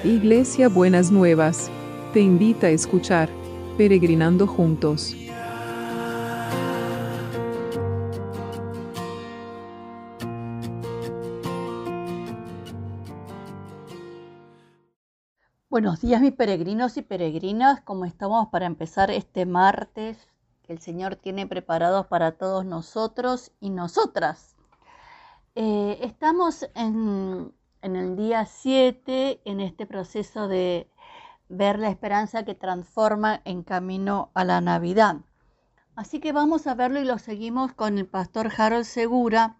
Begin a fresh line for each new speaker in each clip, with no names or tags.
Iglesia Buenas Nuevas, te invita a escuchar Peregrinando Juntos.
Buenos días, mis peregrinos y peregrinas, ¿cómo estamos para empezar este martes que el Señor tiene preparados para todos nosotros y nosotras? Estamos en el día 7, en este proceso de ver la esperanza que transforma en camino a la Navidad. Así que vamos a verlo y lo seguimos con el pastor Harold Segura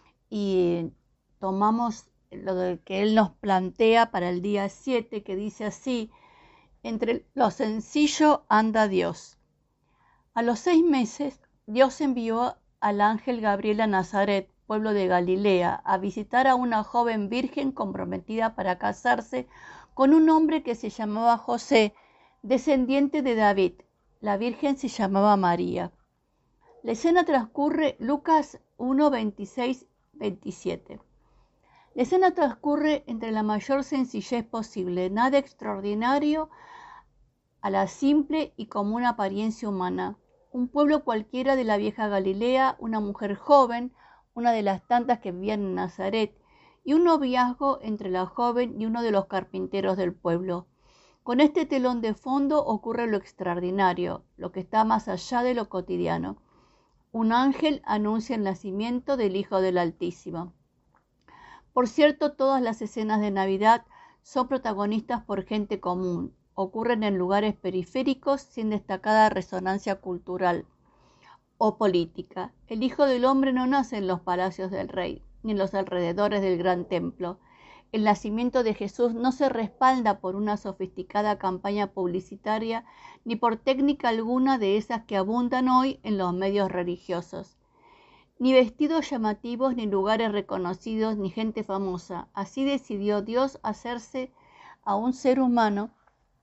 y tomamos lo que él nos plantea para el día 7, que dice así: entre lo sencillo anda Dios. A los 6 meses, Dios envió al ángel Gabriel a Nazaret, pueblo de Galilea, a visitar a una joven virgen comprometida para casarse con un hombre que se llamaba José, descendiente de David. La virgen se llamaba María. La escena transcurre Lucas 1, 26, 27. La escena transcurre entre la mayor sencillez posible, nada extraordinario a la simple y común apariencia humana. Un pueblo cualquiera de la vieja Galilea, una mujer joven, una de las tantas que vivían en Nazaret, y un noviazgo entre la joven y uno de los carpinteros del pueblo. Con este telón de fondo ocurre lo extraordinario, lo que está más allá de lo cotidiano. Un ángel anuncia el nacimiento del Hijo del Altísimo. Por cierto, todas las escenas de Navidad son protagonistas por gente común. Ocurren en lugares periféricos sin destacada resonancia cultural o política. El Hijo del Hombre no nace en los palacios del rey, ni en los alrededores del gran templo. El nacimiento de Jesús no se respalda por una sofisticada campaña publicitaria, ni por técnica alguna de esas que abundan hoy en los medios religiosos. Ni vestidos llamativos, ni lugares reconocidos, ni gente famosa. Así decidió Dios hacerse a un ser humano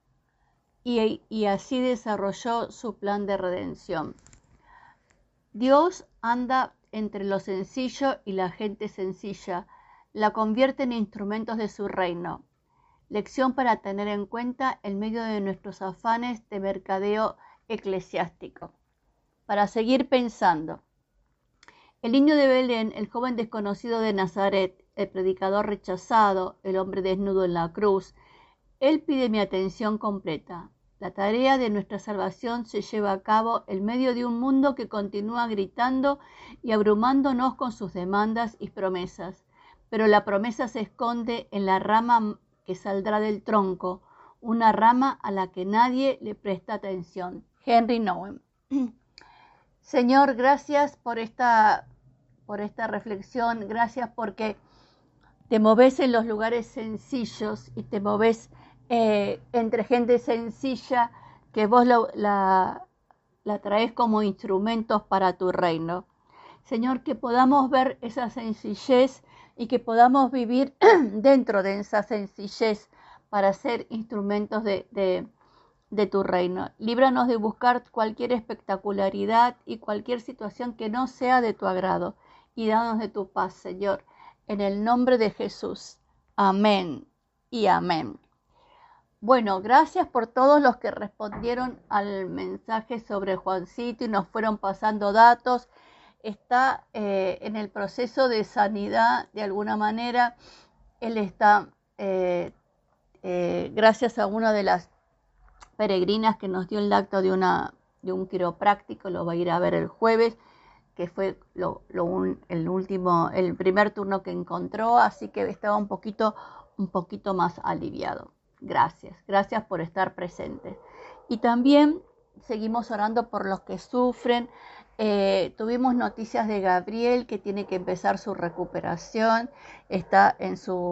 y así desarrolló su plan de redención. Dios anda entre lo sencillo y la gente sencilla, la convierte en instrumentos de su reino. Lección para tener en cuenta en medio de nuestros afanes de mercadeo eclesiástico. Para seguir pensando. El niño de Belén, el joven desconocido de Nazaret, el predicador rechazado, el hombre desnudo en la cruz, él pide mi atención completa. La tarea de nuestra salvación se lleva a cabo en medio de un mundo que continúa gritando y abrumándonos con sus demandas y promesas. Pero la promesa se esconde en la rama que saldrá del tronco, una rama a la que nadie le presta atención. Henry Nouwen. Señor, gracias por esta reflexión, gracias porque te moves en los lugares sencillos y te moves entre gente sencilla que vos la traes como instrumentos para tu reino. Señor, que podamos ver esa sencillez y que podamos vivir dentro de esa sencillez para ser instrumentos de tu reino. Líbranos de buscar cualquier espectacularidad y cualquier situación que no sea de tu agrado, y danos de tu paz, Señor, en el nombre de Jesús. Amén y amén. Bueno, gracias por todos los que respondieron al mensaje sobre Juancito y nos fueron pasando datos. Está en el proceso de sanidad de alguna manera. Él está, gracias a una de las peregrinas que nos dio el acto de un quiropráctico, lo va a ir a ver el jueves, que fue el primer turno que encontró, así que estaba un poquito más aliviado. Gracias por estar presentes. Y también seguimos orando por los que sufren. Tuvimos noticias de Gabriel, que tiene que empezar su recuperación, está en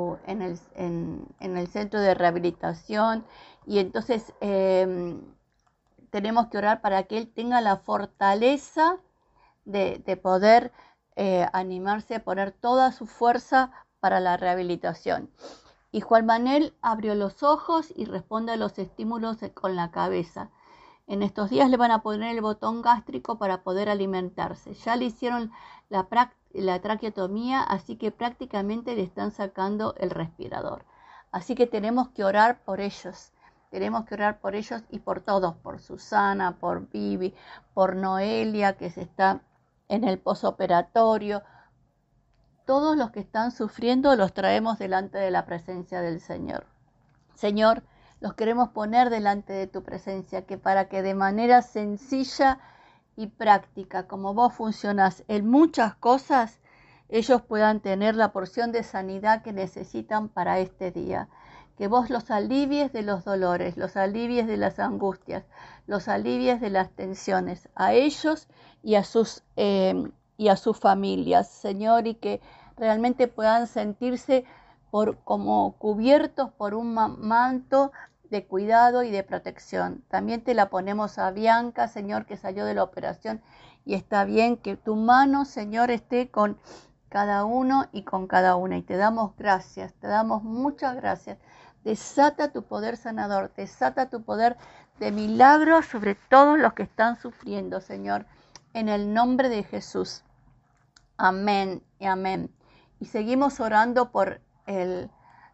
el centro de rehabilitación, y entonces tenemos que orar para que él tenga la fortaleza de poder animarse a poner toda su fuerza para la rehabilitación. Y Juan Manuel abrió los ojos y responde a los estímulos con la cabeza. En estos días le van a poner el botón gástrico para poder alimentarse. Ya le hicieron la traqueotomía, así que prácticamente le están sacando el respirador. Así que tenemos que orar por ellos. Tenemos que orar por ellos y por todos, por Susana, por Vivi, por Noelia, que se está en el posoperatorio. Todos los que están sufriendo los traemos delante de la presencia del Señor. Señor, los queremos poner delante de tu presencia, que para que de manera sencilla y práctica, como vos funcionás en muchas cosas, ellos puedan tener la porción de sanidad que necesitan para este día. Que vos los alivies de los dolores, los alivies de las angustias, los alivies de las tensiones, a ellos y a sus familias, Señor, y que realmente puedan sentirse como cubiertos por un manto de cuidado y de protección. También te la ponemos a Bianca, Señor, que salió de la operación y está bien, que tu mano, Señor, esté con cada uno y con cada una. Y te damos gracias, te damos muchas gracias. Desata tu poder sanador, desata tu poder de milagro sobre todos los que están sufriendo, Señor, en el nombre de Jesús. Amén y amén. Y seguimos orando por el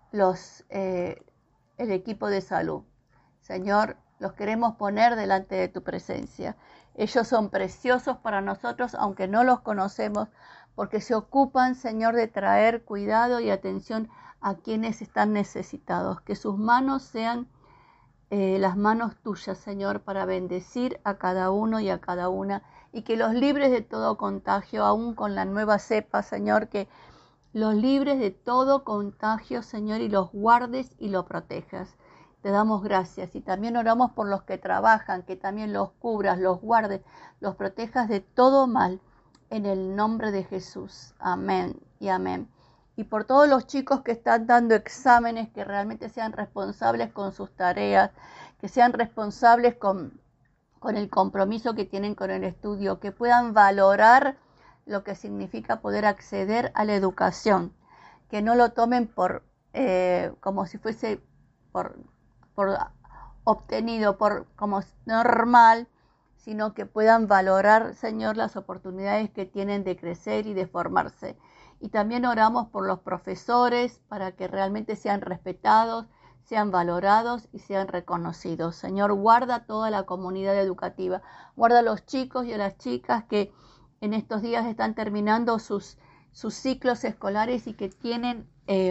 equipo de salud. Señor, los queremos poner delante de tu presencia. Ellos son preciosos para nosotros, aunque no los conocemos, porque se ocupan, Señor, de traer cuidado y atención a quienes están necesitados. Que sus manos sean las manos tuyas, Señor, para bendecir a cada uno y a cada una, y que los libres de todo contagio, aún con la nueva cepa, Señor, que los libres de todo contagio, Señor, y los guardes y los protejas. Te damos gracias y también oramos por los que trabajan, que también los cubras, los guardes, los protejas de todo mal, en el nombre de Jesús. Amén y amén. Y por todos los chicos que están dando exámenes, que realmente sean responsables con sus tareas, que sean responsables con el compromiso que tienen con el estudio, que puedan valorar lo que significa poder acceder a la educación, que no lo tomen como si fuese por obtenido, como normal, sino que puedan valorar, Señor, las oportunidades que tienen de crecer y de formarse. Y también oramos por los profesores para que realmente sean respetados, sean valorados y sean reconocidos. Señor, guarda toda la comunidad educativa, guarda a los chicos y a las chicas que en estos días están terminando sus ciclos escolares y que tienen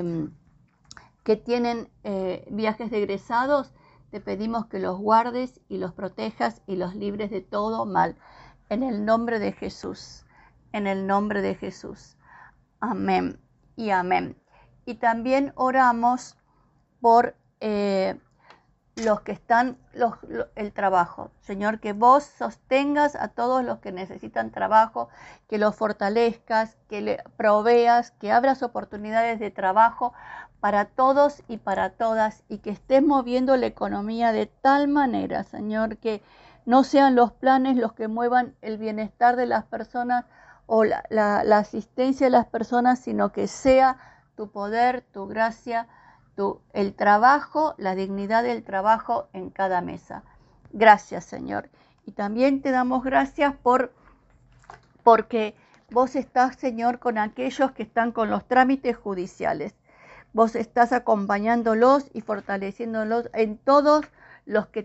viajes de egresados. Te pedimos que los guardes y los protejas y los libres de todo mal. En el nombre de Jesús. En el nombre de Jesús. Amén y amén. Y también oramos por los que están, el trabajo. Señor, que vos sostengas a todos los que necesitan trabajo, que los fortalezcas, que le proveas, que abras oportunidades de trabajo para todos y para todas, y que estés moviendo la economía de tal manera, Señor, que no sean los planes los que muevan el bienestar de las personas o la asistencia de las personas, sino que sea tu poder, tu gracia, el trabajo, la dignidad del trabajo en cada mesa. Gracias, Señor. Y también te damos gracias porque vos estás, Señor, con aquellos que están con los trámites judiciales. Vos estás acompañándolos y fortaleciéndolos en todos los que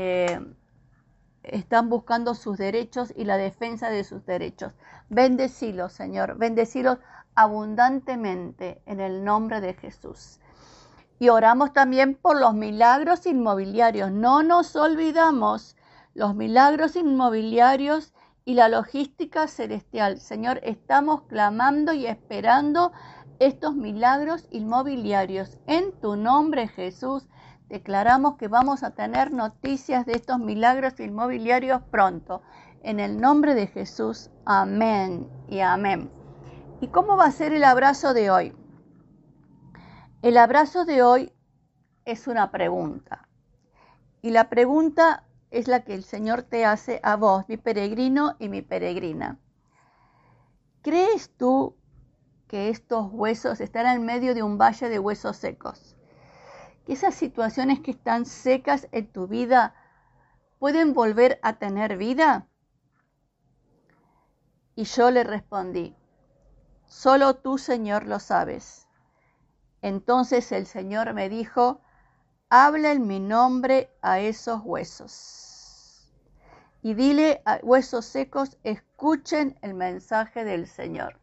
están buscando sus derechos y la defensa de sus derechos. Bendecilos, Señor, bendecilos abundantemente en el nombre de Jesús. Y oramos también por los milagros inmobiliarios. No nos olvidamos los milagros inmobiliarios y la logística celestial. Señor, estamos clamando y esperando estos milagros inmobiliarios. En tu nombre, Jesús, declaramos que vamos a tener noticias de estos milagros inmobiliarios pronto. En el nombre de Jesús, amén y amén. ¿Y cómo va a ser el abrazo de hoy? El abrazo de hoy es una pregunta. Y la pregunta es la que el Señor te hace a vos, mi peregrino y mi peregrina. ¿Crees tú que estos huesos están en medio de un valle de huesos secos? ¿Que esas situaciones que están secas en tu vida pueden volver a tener vida? Y yo le respondí, solo tú, Señor, lo sabes. Entonces el Señor me dijo, habla en mi nombre a esos huesos. Y dile a huesos secos, escuchen el mensaje del Señor.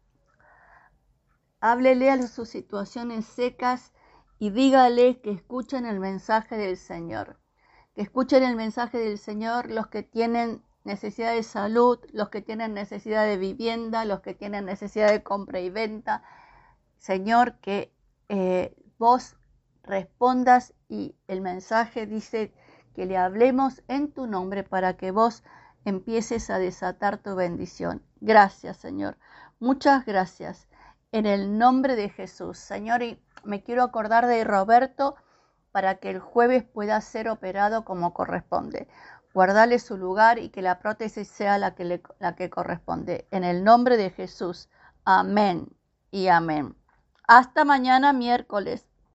Háblele a sus situaciones secas y dígale que escuchen el mensaje del Señor. Que escuchen el mensaje del Señor los que tienen necesidad de salud, los que tienen necesidad de vivienda, los que tienen necesidad de compra y venta. Señor, que vos respondas, y el mensaje dice que le hablemos en tu nombre para que vos empieces a desatar tu bendición. Gracias, Señor. Muchas gracias. En el nombre de Jesús, Señor, y me quiero acordar de Roberto para que el jueves pueda ser operado como corresponde. Guardale su lugar y que la prótesis sea la que corresponde. En el nombre de Jesús. Amén y amén. Hasta mañana miércoles.